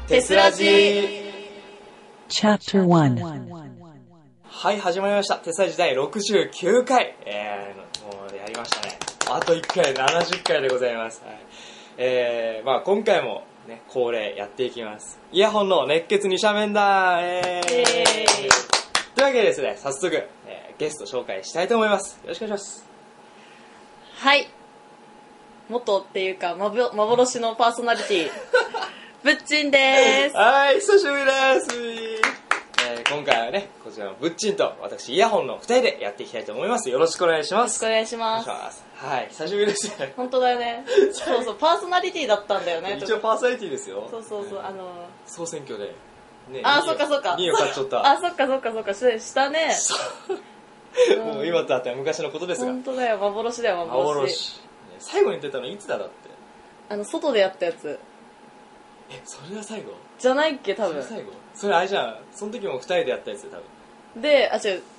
テスラジー Chapter 1 はい、始まりました。テスラジ第69回。もうやりましたね。あと1回、70回でございます。はい。まあ今回もね、恒例やっていきます。イヤホンの熱血二者面談。というわけでですね、早速、ゲスト紹介したいと思います。よろしくお願いします。 はい。元っていうか、幻のパーソナリティ、ぶっちんです。 はい、久しぶりです。今回はね、こちらのぶっちんと私、イヤホンの2人でやっていきたいと思います。よろしくお願いします。 よろしくお願いします。 はい、久しぶりですね。 本当だよね。そうそう、パーソナリティだったんだよね。 一応パーソナリティですよ。 そうそうそう、 総選挙で。ね、 そっかそっか。 2位を買っちゃった。 そっかそっかそっか、したね。 もう今とあっては昔のことですが。 本当だよ、幻だよ、幻。 最後に出たのいつだって。 外でやったやつ。 それが最後じゃないっけ、多分。 最後それあれじゃん。その時も2人でやったやつで多分。 で、違う。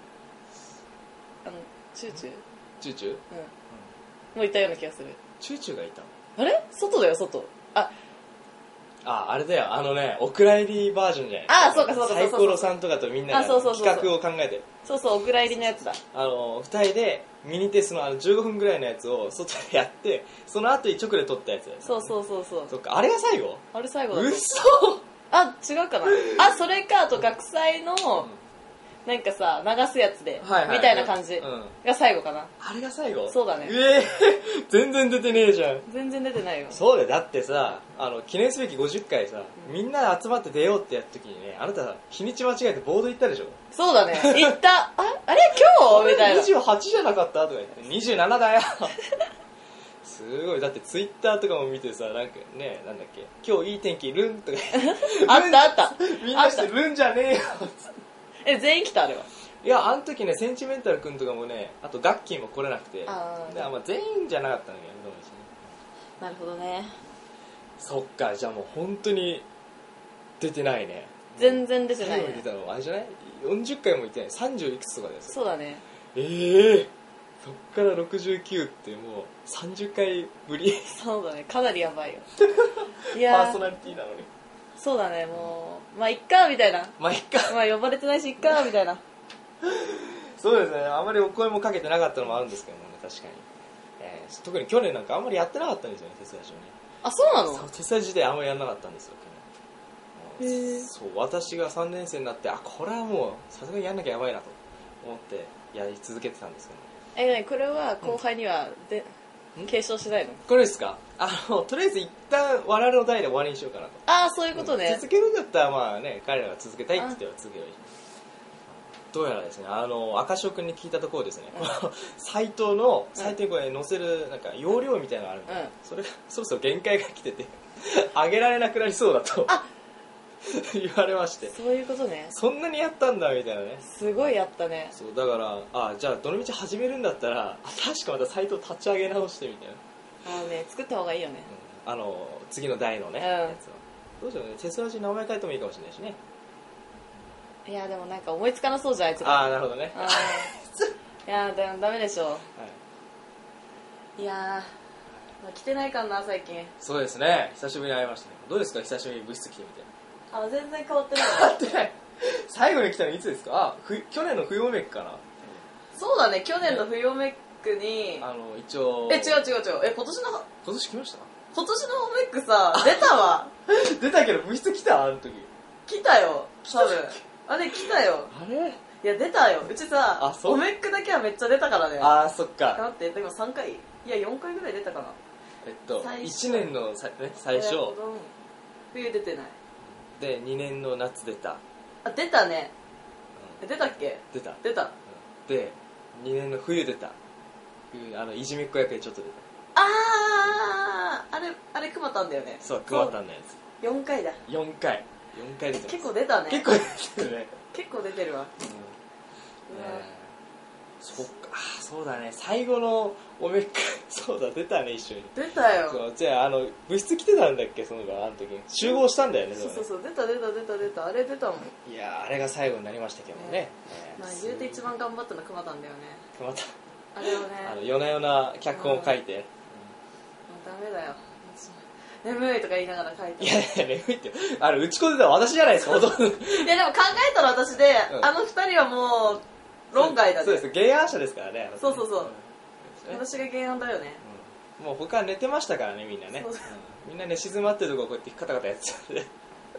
チューチューチューチューもういたような気がする。 チューチューがいたあれ外だよ、外。 あれだよ、お蔵入りバージョンじゃない。 そうかそうか。 サイコロさんとかとみんなで企画を考えて。 そうそう、お蔵入りのやつだ。 2人でミニテストの15分ぐらいのやつを外でやって、その後に直で撮ったやつだよ、ね。 そう。 そっか、あれが最後？ あれ最後だった。 嘘？ 違うかな。それか、あと学祭の、なんかさ、流すやつで、みたいな感じが最後かな。 あれが最後？ そうだね。 全然出てねえじゃん。 全然出てないよ。 そうだよ。だってさ、記念すべき50回さ、みんなで集まって出ようってやった時にね、あなた日にち間違えてボード行ったでしょ。 そうだね。行った。あれ今日みたいな。 28じゃなかったとか言って、27だよ。すごい。だってツイッターとかも見てさ、なんかね、なんだっけ、今日いい天気ルンとかあった。 みんなしてルンじゃねえよ。 全員来たあれは。 いや、あの時ね、センチメンタル君とかもね、あとガッキーも来れなくて、全員じゃなかったんだけど、 なるほどね。 そっか、じゃあもう本当に出てないね。 全然出てない、ね。 最後に出たのあれじゃない ?40 回も言ってない。30いくつとかです。 そうだね。 そっから69ってもう30回ぶり。 そうだね、かなりやばいよ。 いやパーソナリティなのに。 そうだね、もうまあいっかみたいな。まあ呼ばれてないしいっかみたいな。 そうですね、あまりお声もかけてなかったのもあるんですけどね、確かに。特に去年なんかあんまりやってなかったんですよね、テスラジオね。 そうなの？ そう、テスラ自体あんまりやんなかったんですよ、去年。そう、私が3年生になって、これはもうさすがにやんなきゃやばいなと思ってやり続けてたんですけど。 これは後輩には継承しないの？ これですか？とりあえず一旦我々の代で終わりにしようかなと。 そういうことね。 続けるんだったらまあね、彼らが続けたいって言っては続ければいい。どうやらですね、赤潮君に聞いたところですね、このサイトにこれ載せるなんか容量みたいなのがあるんで、それがそろそろ限界が来てて上げられなくなりそうだと言われまして。 そういうことね。 そんなにやったんだみたいなね。 すごいやったね。 そうだからじゃあどのみち始めるんだったら確かまたサイトを立ち上げ直してみたいな。 作った方がいいよね。 次の代のね、やつはどうしようね、テスラジ名前変えてもいいかもしれないしね。 いやでもなんか思いつかなそうじゃん、あいつら。なるほどね。 いやダメでしょ。いや来てないかな最近。 そうですね、久しぶりに会いましたね。どうですか、久しぶりに部室来てみて。 全然変わってない。 変わってない。最後に来たのいつですか？去年の冬オメックかな。 そうだね、去年の冬オメックに一応違う今年来ました？ 今年のオメックさ出たわ。 出たけど部室来た？あの時来たよ多分。あれ来たよ。 あれ？ いや出たよ。うちさオメックだけはめっちゃ出たからね。 そっか。 待って、今3回いや4回ぐらい出たかな。 1年の最初冬出てないで、2年の夏出た。 出たね。出たっけ？ 出た。で2年の冬出た。いじめっ子役でちょっと出た。 あれくまたんだよね。 そう、くまたんのやつ。 4回だ。 4回出てます。 結構出たね。 結構出てるね。 結構出てるわ。 そっか、そうだね、最後のオメックそうだ、出たね、一緒に。 出たよ。 そう、じゃあ部室来てたんだっけ、そのあの時集合したんだよね。 そう出たあれ出たもん。 いやあれが最後になりましたけどね。 言うて一番頑張ったのくまたんだよね。 くまたあれをね、 夜な夜な脚本を書いて。 ダメだよ。 眠いとか言いながら書いていやいや、眠いって、打ち込んでたの私じゃないですか、ほとんど。 いやでも考えたら私で、あの二人はもう論外だね。 そうです、原案者ですからね。 そうそうそう、私が原案だよね。 もう他寝てましたからね、みんなね。みんなね、静まってるとここうやってカタカタやってたんで。いや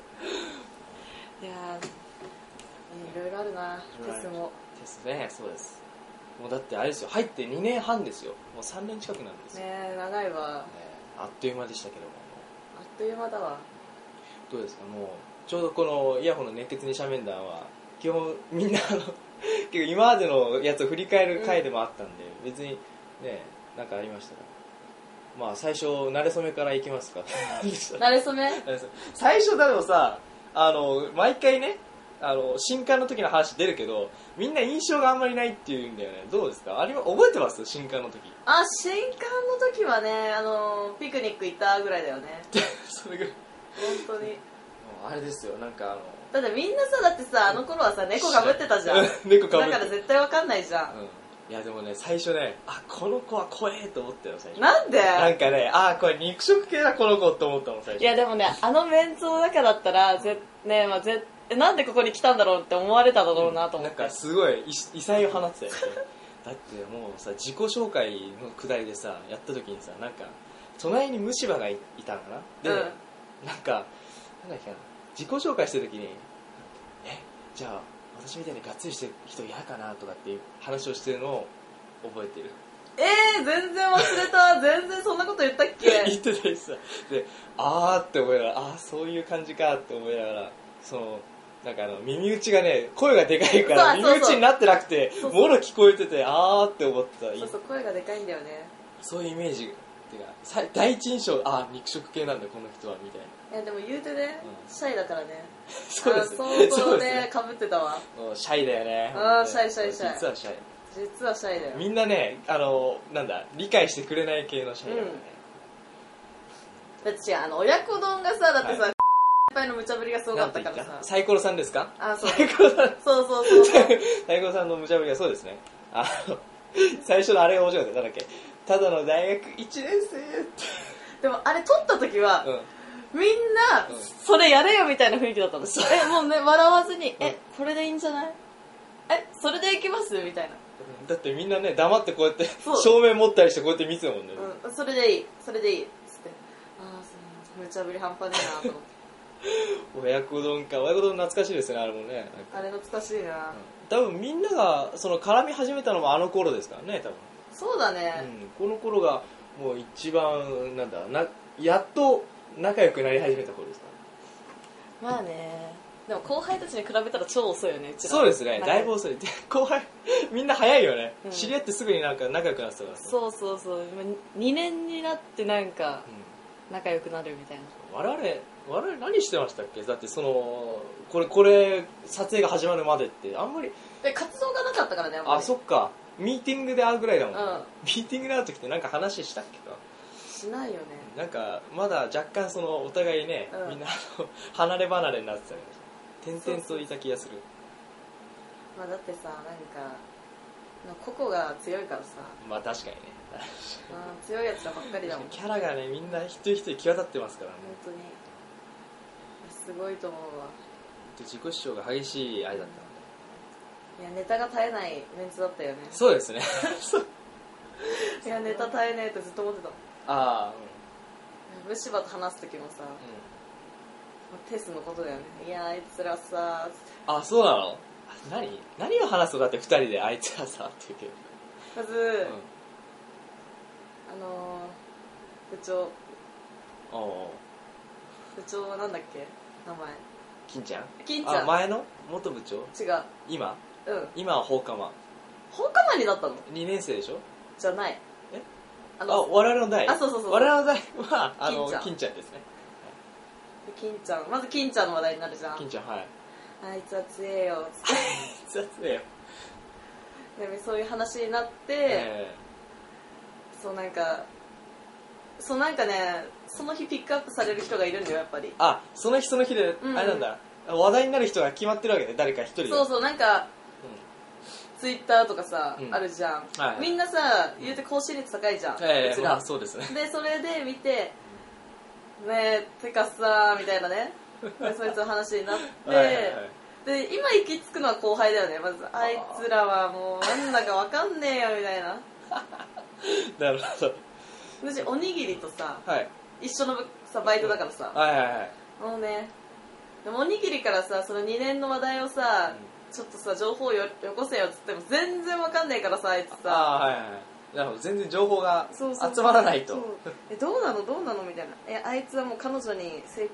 いろいろあるな、テスも。 テスね、そうです。もうだってあれですよ、入って2年半ですよ。もう3年近くなんですよ。 ね、長いわ。 あっという間でしたけども。 あっという間だわ。 どうですか、もうちょうどこのイヤホンの熱血に斜面談は基本みんな結構今までのやつを振り返る回でもあったんで、別にね、なんかありましたか。まあ最初慣れ初めからいきますか。 慣れ初め最初だけどさ、毎回ね、新刊の時の話出るけど、みんな印象があんまりないっていうんだよね。どうですか、覚えてます？新刊の時。 新刊の時はね、ピクニック行ったぐらいだよね。 それぐらい本当にあれですよ、なんかだってみんなさ、だってさ、あの頃はさ、猫かぶってたじゃん。 猫かぶってだから絶対わかんないじゃん。 いやでもね、最初ね、この子は怖えと思ったよ、最初。 なんで？ なんかね、これ肉食系だこの子って思ったの、最初。 いやでもね、あのメンツの中だったら、なんでここに来たんだろうって思われただろうなと思って。 なんかすごい異彩を放ってたよね。だってもうさ、自己紹介のくだりでさ、やった時にさ、なんか隣に虫歯がいたのかな。で、なんだっけな、自己紹介してる時に、じゃあ私みたいにがっつりしてる人嫌かなとかっていう話をしてるのを覚えてる。 全然忘れた。全然そんなこと言ったっけ？ 言ってたりさ。で、って思いながら、そういう感じかって思いながら、なんか耳打ちがね、声がでかいから耳打ちになってなくて、もろ聞こえてて、って思った。 そうそう、声がでかいんだよね。 そういうイメージっていうか、第一印象、肉食系なんだこの人はみたいな。 でも言うてね、シャイだからね。 そうですね。 相当ね、かぶってたわ。 シャイだよね。 シャイ。 実はシャイ。 実はシャイだよ。 みんなね、理解してくれない系のシャイだからね。 だって違う、親子丼がさ、だってさ、先輩の無茶ぶりがすごかったからさ。 サイコロさんですか？ そう。 サイコロさん。 そう。 サイコロさんの無茶ぶりがそうですね。最初のあれが面白かった。なんだっけ、ただの大学1年生って。 でもあれ撮った時は、みんな、それやれよみたいな雰囲気だったの。もうね、笑わずに、これでいいんじゃない？それでいきます？みたいな。 だってみんなね、黙ってこうやって正面持ったりしてこうやって見てたもんね。 それでいいつって、無茶ぶり半端ねえなと思って。 親子丼懐かしいですね、あれもね。 あれ懐かしいな。 多分みんなが絡み始めたのもあの頃ですからね、多分。 そうだね。 この頃がもう一番やっと仲良くなり始めた頃ですから。 まあね。でも後輩たちに比べたら超遅いよね、うちら。 そうですね、だいぶ遅い。後輩みんな早いよね。知り合ってすぐになんか仲良くなってたから。 そう。2年になってなんか仲良くなるみたいな。 我々何してましたっけ？だってこれ撮影が始まるまでってあんまり活動がなかったからね。 そっか、ミーティングで会うぐらいだもんね。ミーティングで会う時ってなんか話したっけか？ しないよね。なんかまだ若干お互いね、みんな離れ離れになってたけど、点々といた気がする。 まあだってさ、なんか個々が強いからさ。 まあ確かにね。 強いやつらばっかりだもん。 キャラがね、みんな一人一人際立ってますからね。 本当にすごいと思うわ。 自己主張が激しい愛だったので。 いや、ネタが絶えないメンツだったよね。 そうですね。 いや、ネタ絶えねえってずっと思ってた。虫歯と話す時もさ、テスのことだよね。いや、あいつらさ。 そうなの？何を話すのだって2人であいつらさって言うけど。 まず、部長はなんだっけ名前。 金ちゃん。 金ちゃん。 前の元部長？違う。 今は放課間。 放課間になったの ？2年生でしょ？ じゃない。 我々の代。 そう。 我々の代は金ちゃんですね。 金ちゃん、まず金ちゃんの話題になるじゃん。 金ちゃん、はい。 あいつは強えよ。 あいつは強えよ。 でもそういう話になって、なんかね、その日ピックアップされる人がいるんだよ、やっぱり。 その日で、あれなんだ、話題になる人が決まってるわけで、誰か一人で。 そう、なんか、ツイッターとかさ、あるじゃん。みんなさ、言うて更新率高いじゃん。うちら。 そうですね。 で、それで見て、 ねえてかさみたいなねでそいつの話になってはいはいはい、 で今行き着くのは後輩だよね。まずあいつらはもうなんだかわかんねえよみたいななるほど。 私おにぎりとさ、 はい。 一緒のさバイトだからさ、 はいはいはい。 もうねでもおにぎりからさその2年の話題をさ、ちょっとさ情報よこせよっつっても全然わかんねえからさあいつさ、 はいはいはい。なるほど、全然情報がそうそう集まらないと。 そうどうなのみたいな。あいつはもう彼女の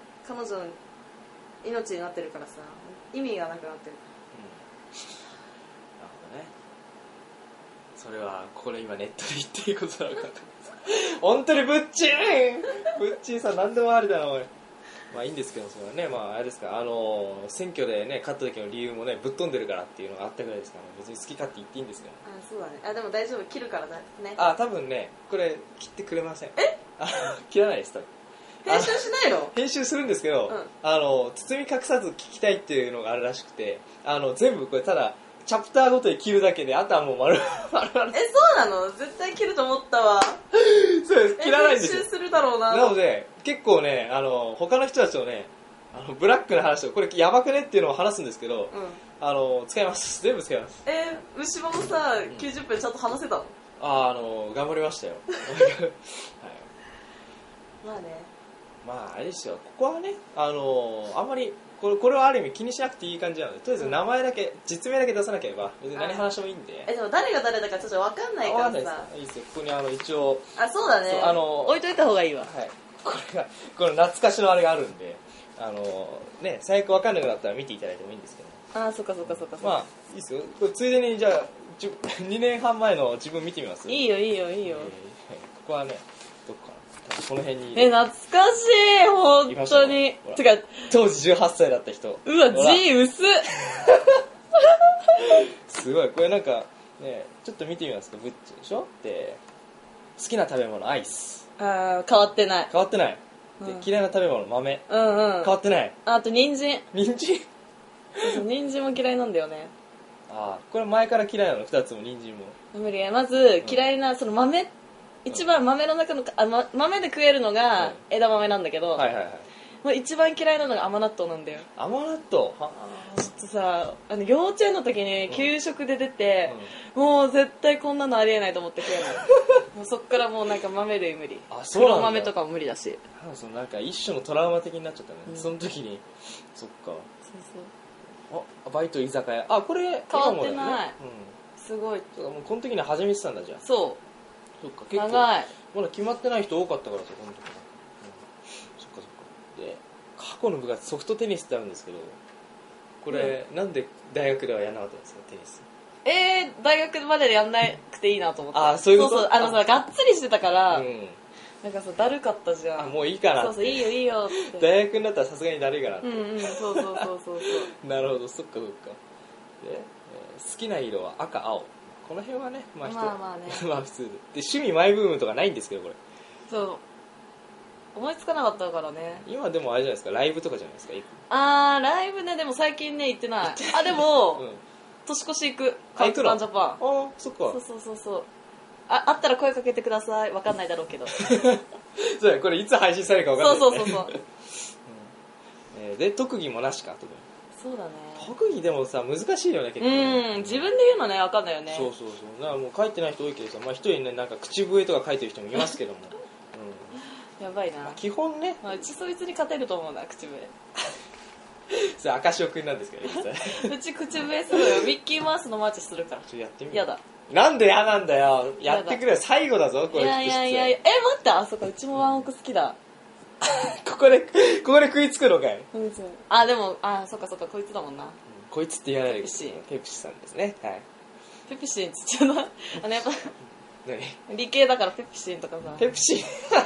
命になってるからさ意味がなくなってる。 なるほどね。それはここで今ネットで言っていいことなのか本当にブッチーさん何でもありだなおい。まあいいんですけど、それはね、まああれですか、選挙でね勝った時の理由もねぶっ飛んでるからっていうのがあったぐらいですから、別に好き勝手言っていいんですよ。 あ、そうだね。あ、でも大丈夫、切るからだね。 あ、多分ねこれ切ってくれません。切らないです多分。 編集しないの？ 編集するんですけど、包み隠さず聞きたいっていうのがあるらしくて、全部これただチャプターごとに切るだけで、あとはもう丸々 そうなの？絶対切ると思ったわ。 そうです、切らないんですよ。 編集するだろうな。 なので結構ね、他の人たちとねブラックな話をこれやばくねっていうのを話すんですけど、使います。全部使います。 牛歯もさ、90分ちゃんと話せたの？ 頑張りましたよはい、 まあね、 まああれですよ、ここはねあんまりこれはある意味気にしなくていい感じなので、とりあえず名前だけ、実名だけ出さなければ別に何話してもいいんで。 でも誰が誰だかちょっと分かんないからさ。 いいですよ、ここに一応そうだね、置いといた方がいいわ。 はい、この懐かしのあれがあるんで、ね、最悪分かんなくなったら見ていただいてもいいんですけど。 そっかまあいいですよ、これついでにじゃあ2年半前の自分見てみます？ いいよ、 ここはね、どこかな、この辺に懐かしい、本当に。てか当時18歳だった人。 うわ、字薄っすごい、これなんかね、ちょっと見てみますか。ブッチでしょ。で、好きな食べ物アイス。 変わってない。 で、嫌いな食べ物豆。変わってない。 あと人参人も嫌いなんだよね。 これ前から嫌いなの、2つも人参も。 無理。まず嫌いなその豆、一番豆の中の豆で食えるのが枝豆なんだけど、もう一番嫌いなのが甘納豆なんだよ。 甘納豆？ちょっとさ、幼稚園の時に給食で出て、もう絶対こんなのありえないと思って食えないもうそっからもうなんか豆類無理。黒豆とかも無理だし、 なんか一種のトラウマ的になっちゃったね、その時に。そっか。バイト居酒屋、これ変わってない、すごい。 もうこの時に始めてたんだ。じゃあそっか、結構長い。まだ決まってない人多かったからさ、この時。そっか。で、過去の部活ソフトテニスってあるんですけど、これ、なんで大学ではやらなかったんですか、テニス。 大学まででやんなくていいなと思って。 そういうこと。 そうがっつりしてたから、なんかだるかったじゃん。 もういいかな。 いいよって。 大学になったらさすがにだるいかなって。 そうなるほど、そっか。で、好きな色は赤青。この辺はね、まあねまあ普通で趣味マイブームとかないんですけど、これ思いつかなかったからね。 今でもあれじゃないですか、ライブとかじゃないですか。 ライブね。でも最近ね行ってない。でも、年越し行く。カウントダウンジャパン。 そっか。 そうあったら声かけてください。わかんないだろうけどそうだ、これいつ配信されるかわかんない、ね、 そうで、特技もなしか。 そうだね。 特技でもさ、難しいよね、結構ね。自分で言うのね、わかんないよね。 そうだからもう書いてない人多いけどさ、まあ一人ね、なんか口笛とか書いてる人もいますけどもやばいな、 基本ね、 うちそいつに勝てると思うな、口笛それ赤潮くんなんですけど実際うち口笛するよ。ミッキーマウスのマーチするから。 やってみる。 やだ。 なんで嫌なんだよ。やってくれよ、最後だぞこれ。 いや待って、そっか、うちもワンオク好きだここで食いつくのかい。 でもそっかこいつだもんな。 こいつって言わないでペプシさんですね。はい。 ペプシンって言っちゃうのやっぱ理系だからペプシンとかさ。 ペプシン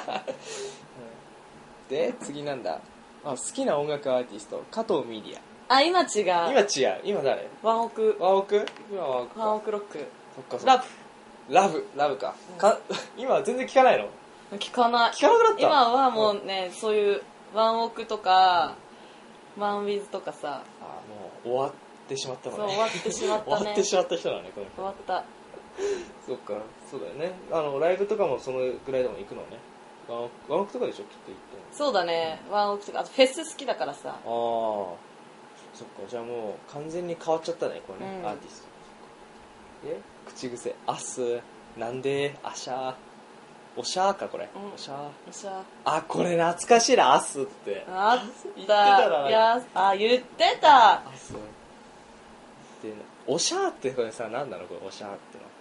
で、次なんだ。好きな音楽アーティスト加藤ミリア。 今違う。 今誰？ ワンオク。 ワンオクロック。 そっか。ラブか。今全然聞かないの？ 聞かなくなった。今はもうね、そういうワンオクとかワンウィズとかさ。 もう終わってしまったのね。 終わってしまったね。 終わってしまった人だね、これ。 終わった。 そっか、そうだよね。ライブとかもそのぐらいでも行くのね。 ワンオクとかでしょきっと行っても。 そうだね、ワンオクとか、あとフェス好きだからさ。 ああ、そっか、じゃあもう完全に変わっちゃったね、これね、アーティスト。口癖、明日、なんで、あしゃー、おしゃーか、これ。おしゃー。 おしゃあ、これ懐かしいな、明日って。 あった。 言ってたな。 いや、言ってた。 明日。で、おしゃーってこれさ、なんなのこれ、おしゃーってのは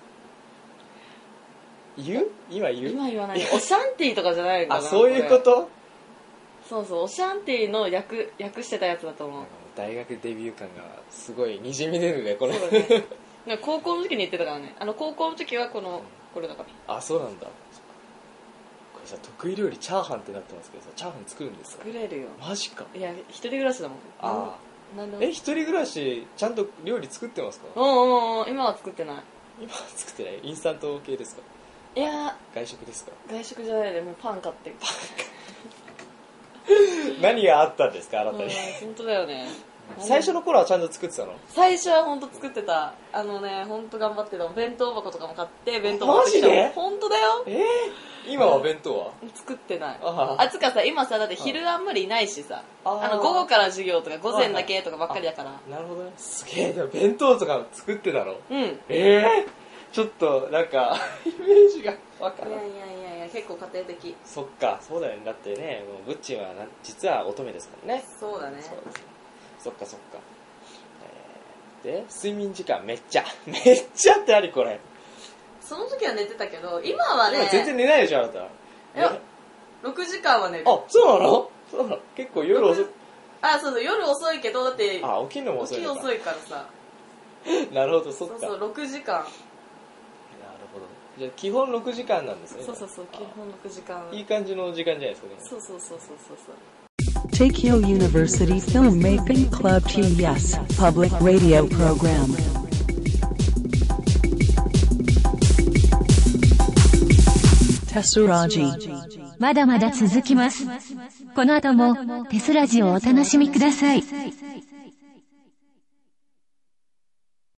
結局。言う今言わない。オシャンティーとかじゃないのかな。 あ、そういうこと？ そうそう、オシャンティーの訳してたやつだと思う。 大学デビュー感がすごいにじみ出るね、これ。 そうだね。高校の時に言ってたからね。高校の時はこれだから。 あ、そうなんだ。これさ、得意料理チャーハンってなってますけどさ、チャーハン作るんですか？ 作れるよ。 マジか。 いや、一人暮らしだもん。 ああ。一人暮らし、ちゃんと料理作ってますか？ 今は作ってない。 今は作ってない？インスタント系ですか？ いや、 外食ですか？ 外食じゃないで、もうパン買って。 何があったんですか、あなたに。 本当だよね。 最初の頃はちゃんと作ってたの？ 最初は本当作ってた。本当頑張ってた。弁当箱とかも買って弁当持ってきた。 マジで？ 本当だよ。 今は弁当は作ってない。つかさ、今さ、だって昼あんまりいないしさ、午後から授業とか午前だけとかばっかりだから。 なるほどね。すげえ、でも弁当とか作ってたの？ うん。 ちょっとなんかイメージがわからない。 いや結構家庭的。 そっか、そうだよね。だってね、もうブッチンは実は乙女ですからね。 そうだね。 そっか。で、睡眠時間めっちゃって何これ。 その時は寝てたけど、今はね。 今全然寝ないでしょ、あなた。 いや、6時間は寝る。 あ、そうなの？そうなの？結構夜遅い。 そう、夜遅いけど、だって。 起きるのも遅いのか。 起き遅いからさ。 なるほど、そっか。 そう、6時間。 なるほど。じゃあ基本6時間なんですね。 そう、基本6時間。 いい感じの時間じゃないですかね。 そう。 Tokyo University Filmmaking Club TES Public Radio Program. Tesuraji. まだまだ続きます。この後もテスラジをお楽しみください。